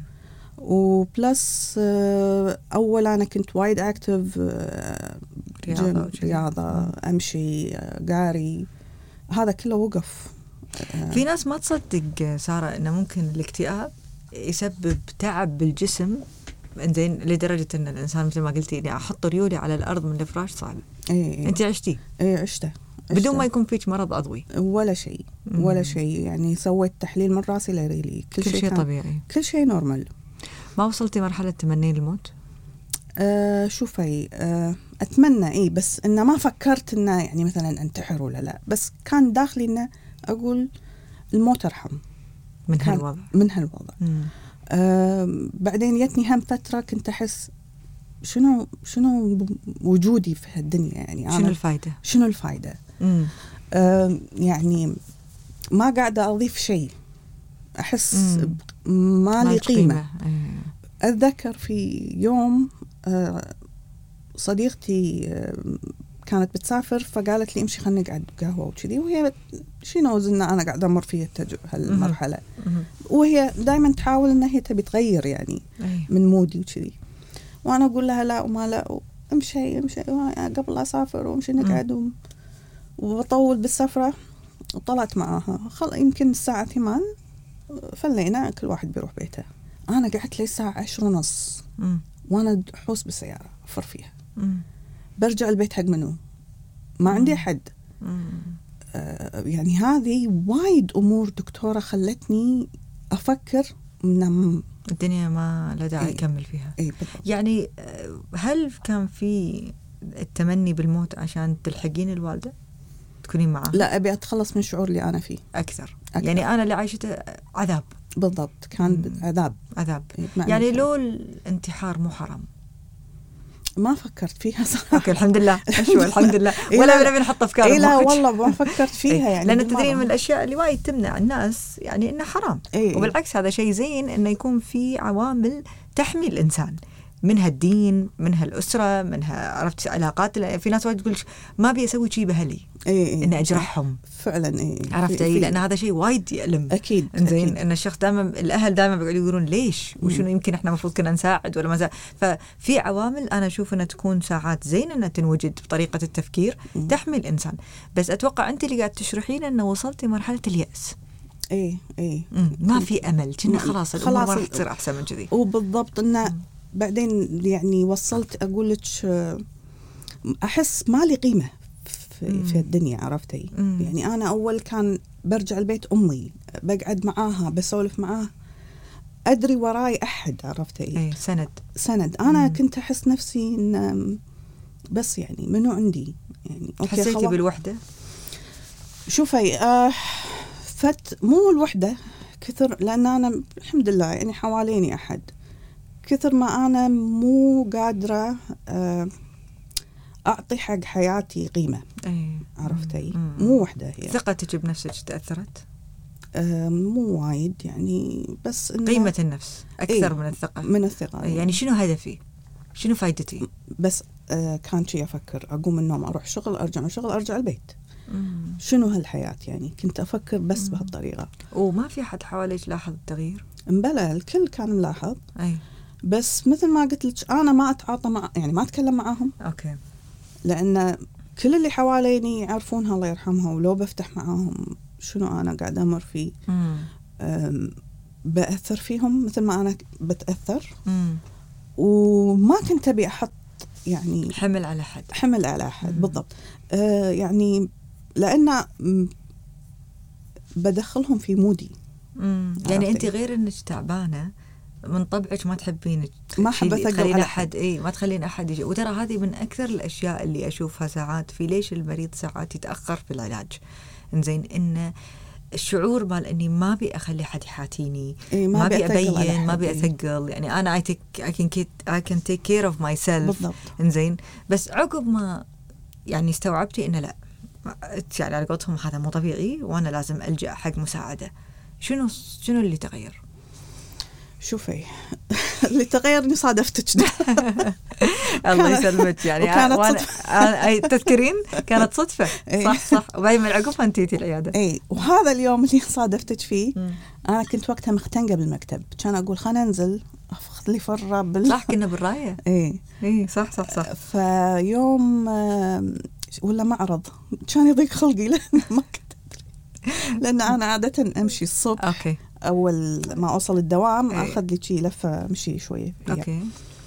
وبلس آه أول أنا كنت وايد أكتف، آه رياضة, رياضة أمشي، آه قاري، هذا كله وقف. آه في ناس ما تصدق سارة إنه ممكن الاكتئاب يسبب تعب بالجسم، إنزين لدرجة إن الإنسان مثل ما قلتي إني أحط ريولي على الأرض من الفراش صعب. إيه أنت عشتي؟ إيه عشته بدون ما يكون فيك مرض عضوي ولا شيء ولا شيء يعني. سويت تحليل من راسي لريلي، كل, كل شيء طبيعي، كل شيء نورمال. ما وصلتي مرحلة تمنين الموت؟ آه شوفي، آه أتمنى إيه، بس إنه ما فكرت إنه يعني مثلا أنتحر ولا لا، بس كان داخلي إنه أقول الموت أرحم من هالوضع. من هالوضع. آه بعدين يتني هم فترة كنت أحس شنو شنو وجودي في هالدنيا يعني. شنو الفايدة؟ شنو الفايدة؟ آه يعني ما قاعدة أضيف شيء، أحس ما لي قيمة. أتذكر في يوم آه صديقتي آه كانت بتسافر، فقالت لي امشي خلنا نقعد قهوة وكذي، وهي شي نوز إن أنا قاعدة أمر في هالمرحلة، وهي دائما تحاول إن هي تبي تغير يعني من مودي وكذي، وأنا أقول لها لا وما لا، امشي امشي قبل أسافر وامشي نقعد، وبطول بالسفرة. وطلعت معاها خل يمكن الساعة ثمان، فلينا كل واحد بيروح بيته. أنا قعدت لي الساعة عشر ونص وأنا حوس بالسيارة أفر فيها. مم. برجع البيت حق منو؟ ما عندي أحد. آه يعني هذه وايد أمور دكتورة خلتني أفكر إن الدنيا ما لا داعي أكمل فيها. إيه يعني هل كان في التمني بالموت عشان تلحقين الوالدة تكونين معها؟ لا، أبي أتخلص من شعور اللي أنا فيه أكثر. أكثر. يعني أنا اللي عايشته عذاب. بالضبط، كان مم. عذاب عذاب. يعني لو الانتحار مو حرام؟ ما فكرت فيها صراحة. أوكي الحمد لله. أشوى الحمد لله. ولا بنبي نحط أفكار. إيه لا والله ما فكرت فيها يعني. لأن تدرين من الأشياء اللي وايد تمنع الناس يعني إنه حرام. إيه. وبالعكس هذا شيء زين إنه يكون في عوامل تحمي الإنسان. منها الدين، منها الأسرة، منها عرفت علاقات. في ناس وايد تقول ما أبي أسوي شيء بأهلي إيه إيه إن أجرحهم فعلا. إيه عرفت أي، لأن هذا شيء وايد يألم. أكيد إنزين إن الشخص دائما الأهل دائما بيقعدوا يقولون ليش وشنو يمكن إحنا مفروض كنا نساعد ولا ما نساعد. ففي عوامل أنا أشوف أنها تكون ساعات زين أنها تنوجد بطريقة التفكير م. تحمي الإنسان. بس أتوقع أنت اللي قاعد تشرحين أنه وصلتي مرحلة اليأس. إيه إيه ما في أمل، كنا خلاص الأمور ما راح تصير أحسن من كذي. وبالضبط إنه بعدين يعني وصلت أقول لك أحس ما لي قيمة في, في الدنيا عرفتي. مم. يعني أنا أول كان برجع البيت أمي بقعد معاها بسولف معاها أدري وراي أحد عرفتي. أي سند سند. أنا مم. كنت أحس نفسي إن بس يعني منو عندي يعني. حسيتي بالوحدة؟ شوفي آه فت مو الوحدة كثر، لأن أنا الحمد لله يعني حواليني أحد، كثر ما أنا مو قادرة آه أعطي حق حياتي قيمة. أي. عرفتي مو وحدة هي. ثقتك بنفسك تأثرت؟ آه مو وايد يعني، بس إنه قيمة النفس أكثر إيه من الثقة. من الثقة يعني, يعني شنو هدفي؟ شنو فايدتي؟ بس آه كان شي أفكر أقوم من النوم أروح شغل أرجع من شغل أرجع البيت. مم. شنو هالحياة يعني، كنت أفكر بس مم. بهالطريقة. وما في حد حواليك لاحظ التغيير؟ مبلا الكل كان ملاحظ. أي. بس مثل ما قلت لك أنا ما أتعاطى مع يعني ما أتكلم معاهم. أوكي. لأن كل اللي حواليني يعرفونها الله يرحمها، ولو بفتح معاهم شنو أنا قاعدة أمر فيه بأثر فيهم مثل ما أنا بتأثر. مم. وما كنت أبي أحط يعني حمل على حد حمل على حد بالضبط. آه يعني لأن بدخلهم في مودي. يعني أنت غير أنك تعبانة من طبعك ما تحبين ما حب تخلين أحد, أحد إيه ما تخلين أحد يجي. وترى هذه من أكثر الأشياء اللي أشوفها ساعات في ليش المريض ساعات يتأخر في العلاج. إنزين إن الشعور مال إني ما بي أخلي حد يحاتيني، إيه ما, ما بي أبين، ما بي أثقل. يعني أنا I take I can take I can take care of myself. بالضبط. إنزين بس عقب ما يعني استوعبتي إنه لا يعني على قولتهم هذا مو طبيعي وأنا لازم ألجأ حق مساعدة. شنو شنو اللي تغير؟ شوفي اللي تغير اني صادفتك. الله يسلمك. يعني وانا تذكرين كانت صدفه. صح صح. وبعدين من عقبها انتيتي العياده. اي وهذا اليوم اللي صادفتك فيه انا كنت وقتها مختنقه بالمكتب، كان اقول خلينا انزل اخذ لي فره بال... صح كنا بالرايه. اي اي صح صح صح. فيوم ولا معرض كان يضيق خلقي لان ما كنت لان انا عاده امشي الصبح. اوكي. أول ما أوصل الدوام أيه. أخذ لي شي لفة مشي شوية فيها. أوكي.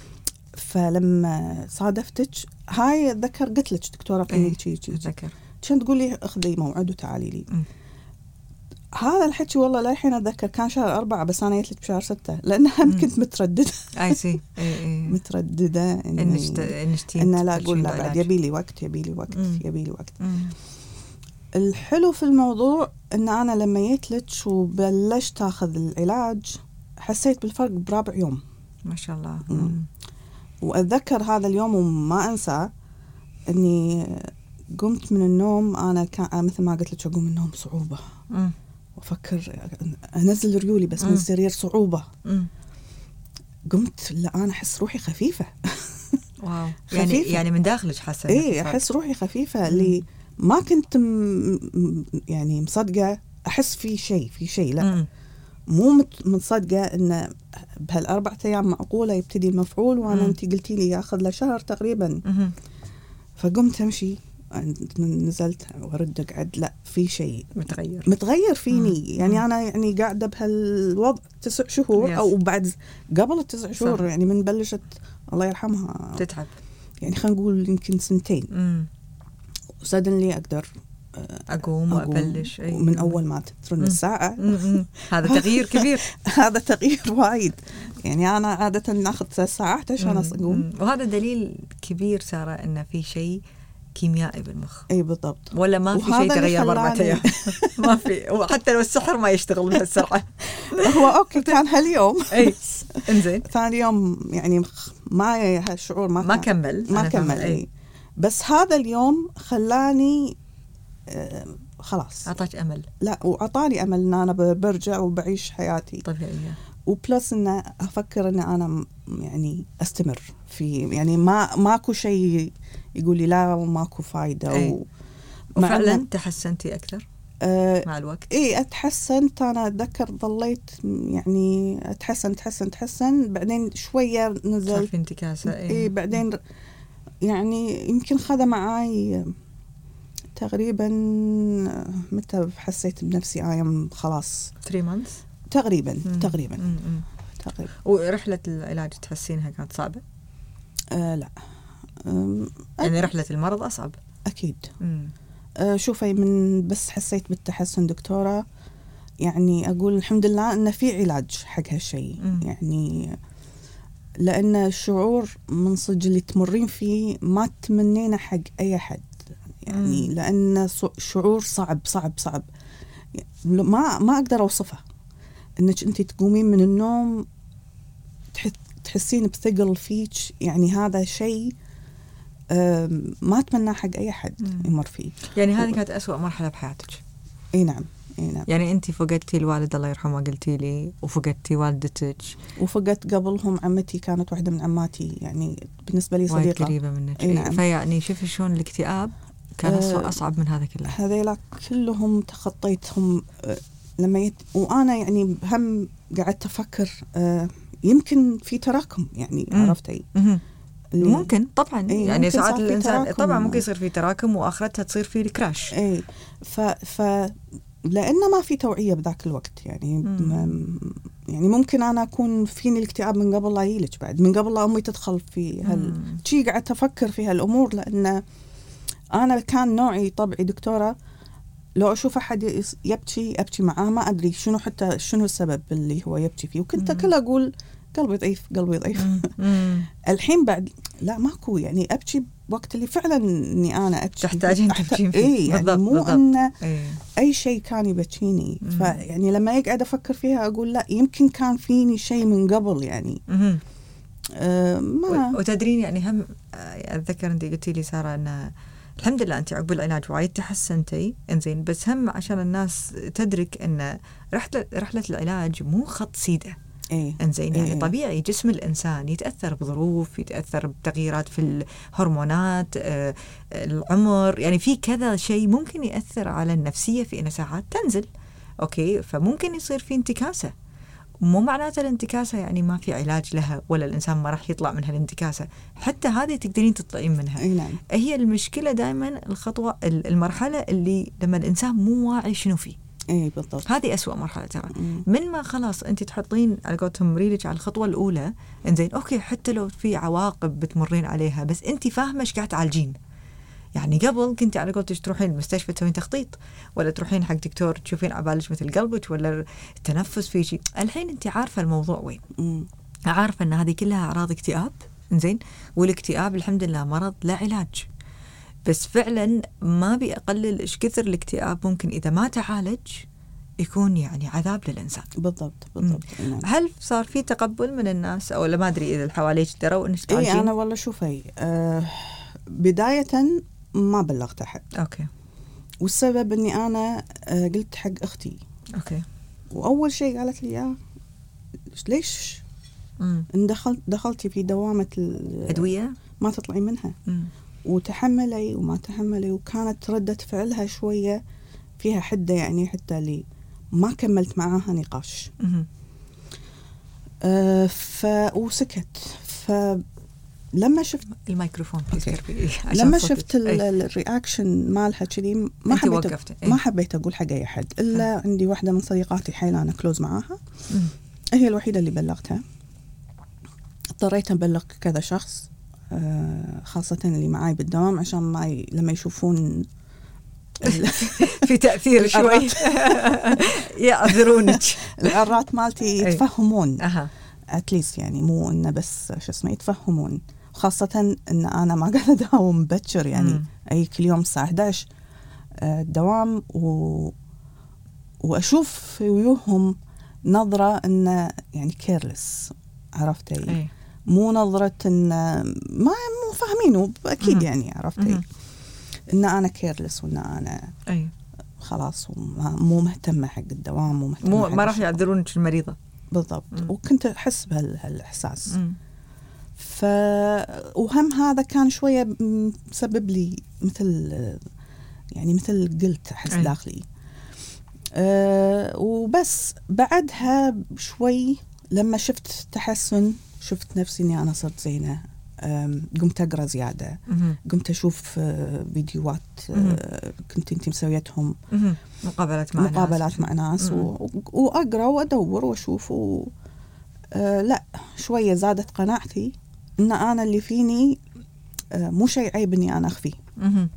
فلما صادفتك هاي أتذكر قلت لك دكتورة فيني شي شي أتذكر كان تقول لي أخذي موعد وتعالي لي. م. هذا الحكي والله لا الحين أتذكر كان شهر أربعة بس أنا جيت لك بشهر ستة لأنها كنت مترددة. أي سي. مترددة إني إن لا أقول لا بعد يبي لي وقت يبي لي وقت م. يبي لي وقت. م. الحلو في الموضوع إن أنا لما جيتلك وبلشت أخذ العلاج حسيت بالفرق برابع يوم. ما شاء الله. مم. وأتذكر هذا اليوم وما أنسى إني قمت من النوم. أنا كان مثل ما قلت لك أقوم من النوم صعوبة. مم. وأفكر أنزل ريولي بس مم. من السرير صعوبة. مم. قمت لا أنا أحس روحي خفيفة. واو. يعني يعني من داخلك حاسة؟ إيه أحس روحي خفيفة. اللي ما كنت م... يعني مصدقة أحس في شيء في شيء لا م. مو مصدقة إن بهالأربع أيام معقولة يبتدي المفعول وأنا أنتي قلتي لي يأخذ له شهر تقريبا. م. فقمت أمشي نزلت وأرد أقعد لا في شيء متغير متغير فيني. م. يعني أنا يعني قاعدة بهالوضع تسع شهور أو بعد قبل التسع شهور يعني من بلشت الله يرحمها تتعب يعني خلينا نقول يمكن سنتين. م. وصدنلي أقدر أقوم وأبلش من أول ما تترن الساعة. هذا تغيير كبير. هذا تغيير وايد. يعني أنا عادة ناخذ ثلاث ساعات عشان أقوم. وهذا دليل كبير سارة إن في شيء كيميائي بالمخ. أي بالضبط. ولا ما في شيء تغير بأربعة أيام. ما في. وحتى لو السحر ما يشتغل بهالسرعة. هو أوكي كان هاليوم. أي إنزين. ثاني يوم يعني ما هالشعور ما ما كمل. ما كمل. أي. بس هذا اليوم خلاني آه خلاص أعطاك أمل. لا وأعطاني أمل إن أنا برجع وبعيش حياتي طبيعية. وبلس إن أفكر إن أنا يعني أستمر في يعني ما ماكو شيء يقول لي لا وماكو فايدة. أي. و وفعلا تحسنتي أكثر أه مع الوقت؟ إيه أتحسنت. أنا أتذكر ضليت يعني أتحسن أتحسن أتحسن بعدين شوية نزلت. صار في انتكاسة. إيه. إيه بعدين يعني يمكن خذ معاي تقريبا متى حسيت بنفسي آيام خلاص three months تقريبا. مم. تقريبا مم. تقريبا. ورحلة العلاج تحسينها كانت صعبة؟ آه لا يعني رحلة المرض أصعب أكيد. مم. آه شوفي من بس حسيت بالتحسن دكتورة يعني أقول الحمد لله أن في علاج حق هالشيء. يعني لأن الشعور من صدق اللي تمرين فيه ما تمنينا حق أي حد يعني. مم. لأن شعور صعب صعب صعب ما ما أقدر أوصفه. إنك أنت تقومين من النوم تحسين بثقل فيك يعني هذا شيء ما أتمنى حق أي حد مم. يمر فيه. يعني هذه كانت أسوأ مرحلة بحياتك؟ اي نعم اي نعم. يعني انت فقدتي الوالد الله يرحمه قلتي لي، وفقدتي والدتك، وفقدت قبلهم عمتي كانت واحدة من عماتي يعني بالنسبة لي صديقة قريبة منك. اي نعم. فيعني شوفي شلون الاكتئاب كان أه أصعب من هذا كله. هذيلا كلهم تخطيتهم. أه لما يت... وانا يعني هم قعدت افكر أه يمكن في تراكم يعني. مم. عرفتي ممكن طبعا ايه يعني ممكن ساعات الإنسان طبعا و... ممكن يصير في تراكم وآخرتها تصير في الكراش. اي ف... ف لأنه ما في توعية بذاك الوقت يعني. م... يعني ممكن أنا أكون فيني الاكتئاب من قبل لا يلج بعد من قبل لا أمي تدخل في هال شيء. قعدت أفكر في هالأمور لأن أنا كان نوعي طبعي دكتورة لو أشوف أحد يبكي أبكي معاه ما أدري شنو حتى شنو السبب اللي هو يبكي فيه. وكنت كل أقول قلبي ضعيف قلبي ضعيف. الحين بعد لا ماكو يعني أبكي وقت اللي فعلا إني أنا أبكي تحتاجين تبكين فيه. إيه يعني بالضبط مو بالضبط. إنه إيه. أي شيء كان يبكيني. فيعني لما يقعد أفكر فيها أقول لا يمكن كان فيني شيء من قبل يعني. آه ما وتدرين يعني هم أتذكر أنت قلتي لي سارة أن الحمد لله أنت عقب العلاج وايد تحسنتي إنزين، بس هم عشان الناس تدرك أن رحلة رحلة العلاج مو خط سيدة. إيه. إنزين يعني إيه. طبيعي جسم الإنسان يتأثر بظروف، يتأثر بتغييرات في الهرمونات، آه العمر، يعني في كذا شيء ممكن يأثر على النفسية في إن ساعات تنزل. أوكي فممكن يصير في انتكاسة. مو معناته الانتكاسة يعني ما في علاج لها ولا الإنسان ما راح يطلع من هالانتكاسة، حتى هذه تقدرين تطلعين منها. نعم. هي المشكلة دائما الخطوة المرحلة اللي لما الإنسان مو واعي شنو فيه. اي بالضبط. هذه أسوأ مرحلة ترى. من ما خلاص أنت تحطين على قولتهم ريلك على الخطوة الأولى إنزين أوكي حتى لو في عواقب بتمرين عليها بس أنت فاهمة إيش قاعد تعالجين. يعني قبل كنت على قولتك تروحين المستشفى تسوين تخطيط ولا تروحين حق دكتور تشوفين عبالك مثل قلبك ولا التنفس في شيء. الحين أنت عارفة الموضوع وين. مم. عارفة أن هذه كلها أعراض اكتئاب إنزين، والاكتئاب الحمد لله مرض لا علاج. بس فعلا ما بيقلل إيش كثر الاكتئاب ممكن إذا ما تعالج يكون يعني عذاب للإنسان. بالضبط بالضبط. نعم. هل صار في تقبل من الناس أو ما أدري إذا اللي حواليك دروا إنك تعالجين؟ إيه أنا والله شوفي آه بداية ما بلغت أحد. أوكي. والسبب إني أنا آه قلت حق أختي. أوكي. وأول شيء قالت لي يا ليش مم. إن دخلت دخلتي في دوامة الأدوية ما تطلعي منها. مم. وتحملي وما تحملي. وكانت ردة فعلها شوية فيها حدة يعني حتى لي ما كملت معاها نقاش. آه ف وسكت. فلما شفت الميكروفون لما شفت الرياكشن مالها كذي ما حبيت ما حبيت اقول حق اي احد الا أه. عندي واحدة من صديقاتي حيل انا كلوز معاها. مم. هي الوحيدة اللي بلغتها. اضطريت ابلغ كذا شخص آه خاصة اللي معاي بالدوام عشان ما ي... لما يشوفون في تأثير شوي يعذرونك. العرات مالتي يتفهمون أها. أتليس يعني مو إنه بس شو اسمه يتفهمون. خاصة إن أنا ما قاعدة أداوم بكر يعني م. أي كل يوم الساعة إحدى عشر الدوام و... وأشوف في وجوههم نظرة إنه يعني كيرلس. عرفتي أي. مو نظرة إن ما مو فاهمينه أكيد م. يعني عرفتي م. إن أنا كيرلس وإن أنا أي. خلاص مو مهتمة حق الدوام مو مهتمة مو ما راح يعذرونك المريضة. بالضبط. مم. وكنت أحس بهالإحساس. مم. ف وهم هذا كان شوية مسبب لي مثل يعني مثل قلت أحس أي. داخلي. أه وبس بعدها شوي لما شفت تحسن، شفت نفسي إني أنا صرت زينة، قمت أقرأ زيادة، مم. قمت أشوف فيديوهات أه كنت أنت مسويتهم، مم. مقابلات مع مقابلات ناس. مع ناس مم. و... وأقرأ وأدور وأشوف و... أه لا شوية زادت قناعتي إن أنا اللي فيني أه مو شيء عيب إني أنا أخفيه. مم.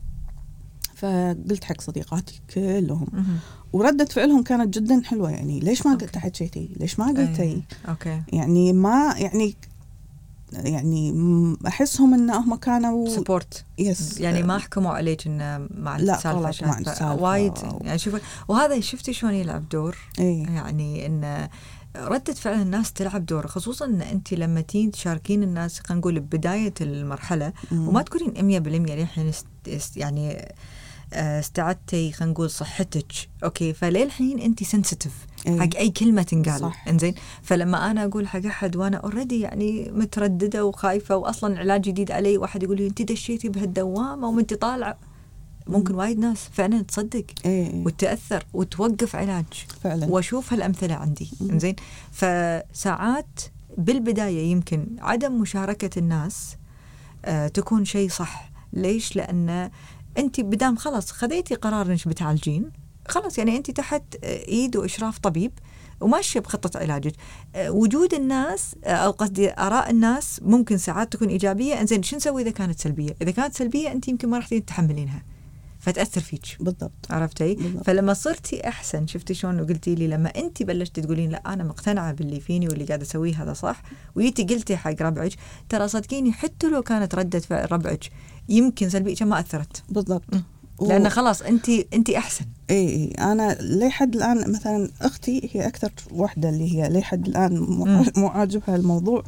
فقلت حق صديقاتي كلهم، مم. وردة فعلهم كانت جدا حلوة. يعني ليش ما أوكي. قلت حكيتي، ليش ما قلتي؟ أي. أوكي. يعني ما يعني يعني أحسهم إن هم كانوا سبورت. يس يعني ما حكموا عليك إنه مع لا السالفة غلط مع السالفة وايد. يعني شوف، وهذا شفتي شلون يلعب دور. إيه؟ يعني إن ردة فعل الناس تلعب دور، خصوصا إن أنت لما تين تشاركين الناس خلينا نقول ببداية المرحلة مم. وما تكونين مية بالمية للحين است يعني استعدتي خلينا نقول صحتك أوكي، فللحين أنت سنسيتيف إيه؟ حق أي كلمة تنقال. صح. إنزين، فلما أنا أقول حق أحد وأنا أوريدي يعني مترددة وخايفة وأصلا علاج جديد علي، واحد يقول لي أنت دشيتي بهالدوامة وأنت طالعة، ممكن وايد ناس فعلا تصدق إيه؟ وتأثر وتوقف علاج فعلا. وأشوف هالأمثلة عندي. إنزين، فساعات بالبداية يمكن عدم مشاركة الناس آه تكون شيء صح. ليش؟ لأن أنت بدام خلاص خذيتي قرار إنك بتعالجين، خلاص يعني أنت تحت إيد وإشراف طبيب وماشية بخطة علاجك. آه وجود الناس آه أو قصدي آراء الناس ممكن ساعات تكون إيجابية. إنزين، شو نسوي إذا كانت سلبية؟ إذا كانت سلبية أنت يمكن ما راح تتحملينها فتأثر فيك. بالضبط. عرفتي؟ بالضبط. فلما صرتي أحسن، شفتي شلون وقلتي لي لما أنت بلشتي تقولين لا أنا مقتنعة باللي فيني واللي قاعدة أسويه هذا صح، ويتي قلتي حق ربعك، ترى صدقيني حتى لو كانت ردة فعل ربعك يمكن سلبية ما أثرت. بالضبط. لأن خلاص أنت أنت أحسن. إيه إيه أنا لحد الآن مثلا أختي هي أكثر واحدة اللي هي لحد الآن مو عاجبها الموضوع.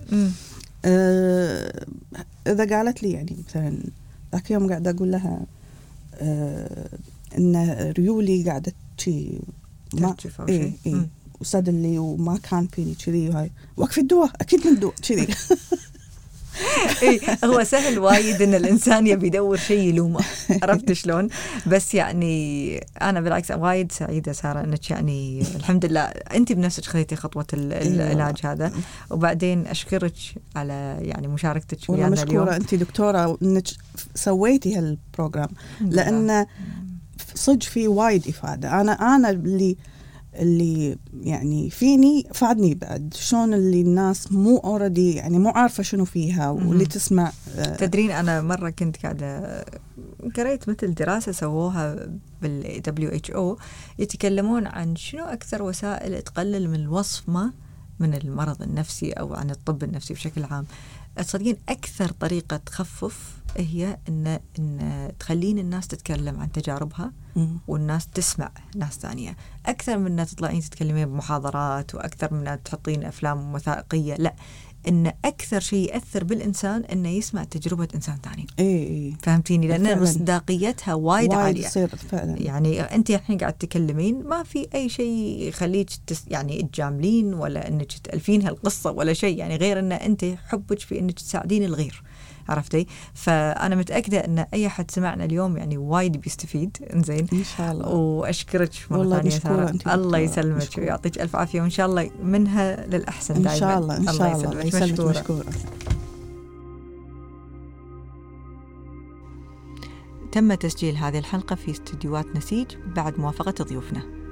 آه إذا قالت لي يعني مثلا ذاك يوم قاعدة أقول لها آه إن ريولي قاعدة شيء ما إيه إيه وصدلي وما كان فيني كذي، وهاي وقف الدواء أكيد من الدواء كذي. إيه هو سهل وايد إن الإنسان يبي يدور شيء يلومه، عرفت شلون؟ بس يعني أنا بالعكس وايد سعيدة سارة إنك يعني الحمد لله أنت بنفسك خذيتي خطوة العلاج هذا، وبعدين أشكرك على يعني مشاركتك ويانا اليوم. مشكورة أنت دكتورة إنك سويتي هالبروجرام، لأن صدق في وايد إفادة. أنا أنا اللي اللي يعني فيني فادني بعد شلون اللي الناس مو أوردي يعني مو عارفة شنو فيها واللي تسمع. تدرين أنا مرة كنت قاعدة قريت مثل دراسة سووها بال دبليو إتش أو يتكلمون عن شنو أكثر وسائل تقلل من الوصمة من المرض النفسي أو عن الطب النفسي بشكل عام. تصدقين أكثر طريقة تخفف هي إن إن تخلين الناس تتكلم عن تجاربها والناس تسمع ناس ثانية، أكثر من أن تطلعين تتكلمين بمحاضرات وأكثر من أن تحطين أفلام وثائقية. لا، إن أكثر شيء يأثر بالإنسان إنه يسمع تجربة إنسان ثاني. إيه فهمتيني؟ لأن مصداقيتها وايد, وايد عالية. فعلا. يعني أنت الحين قاعد تكلمين ما في أي شيء يخليك تس يعني تجاملين ولا إنك تألفين هالقصة ولا شيء، يعني غير إن أنت حبك في إنك تساعدين الغير. عرفتي؟ فأنا متأكدة أن أي حد سمعنا اليوم يعني وايد بيستفيد. إنزين إن شاء الله. وأشكرك مرة ثانية سارة، الله يسلمك ويعطيك ألف عافية، وإن شاء الله منها للأحسن دائما. إن شاء الله. إن شاء الله. الله يسلمك. مشكورة. مشكورة. تم تسجيل هذه الحلقة في استديوهات نسيج بعد موافقة ضيوفنا.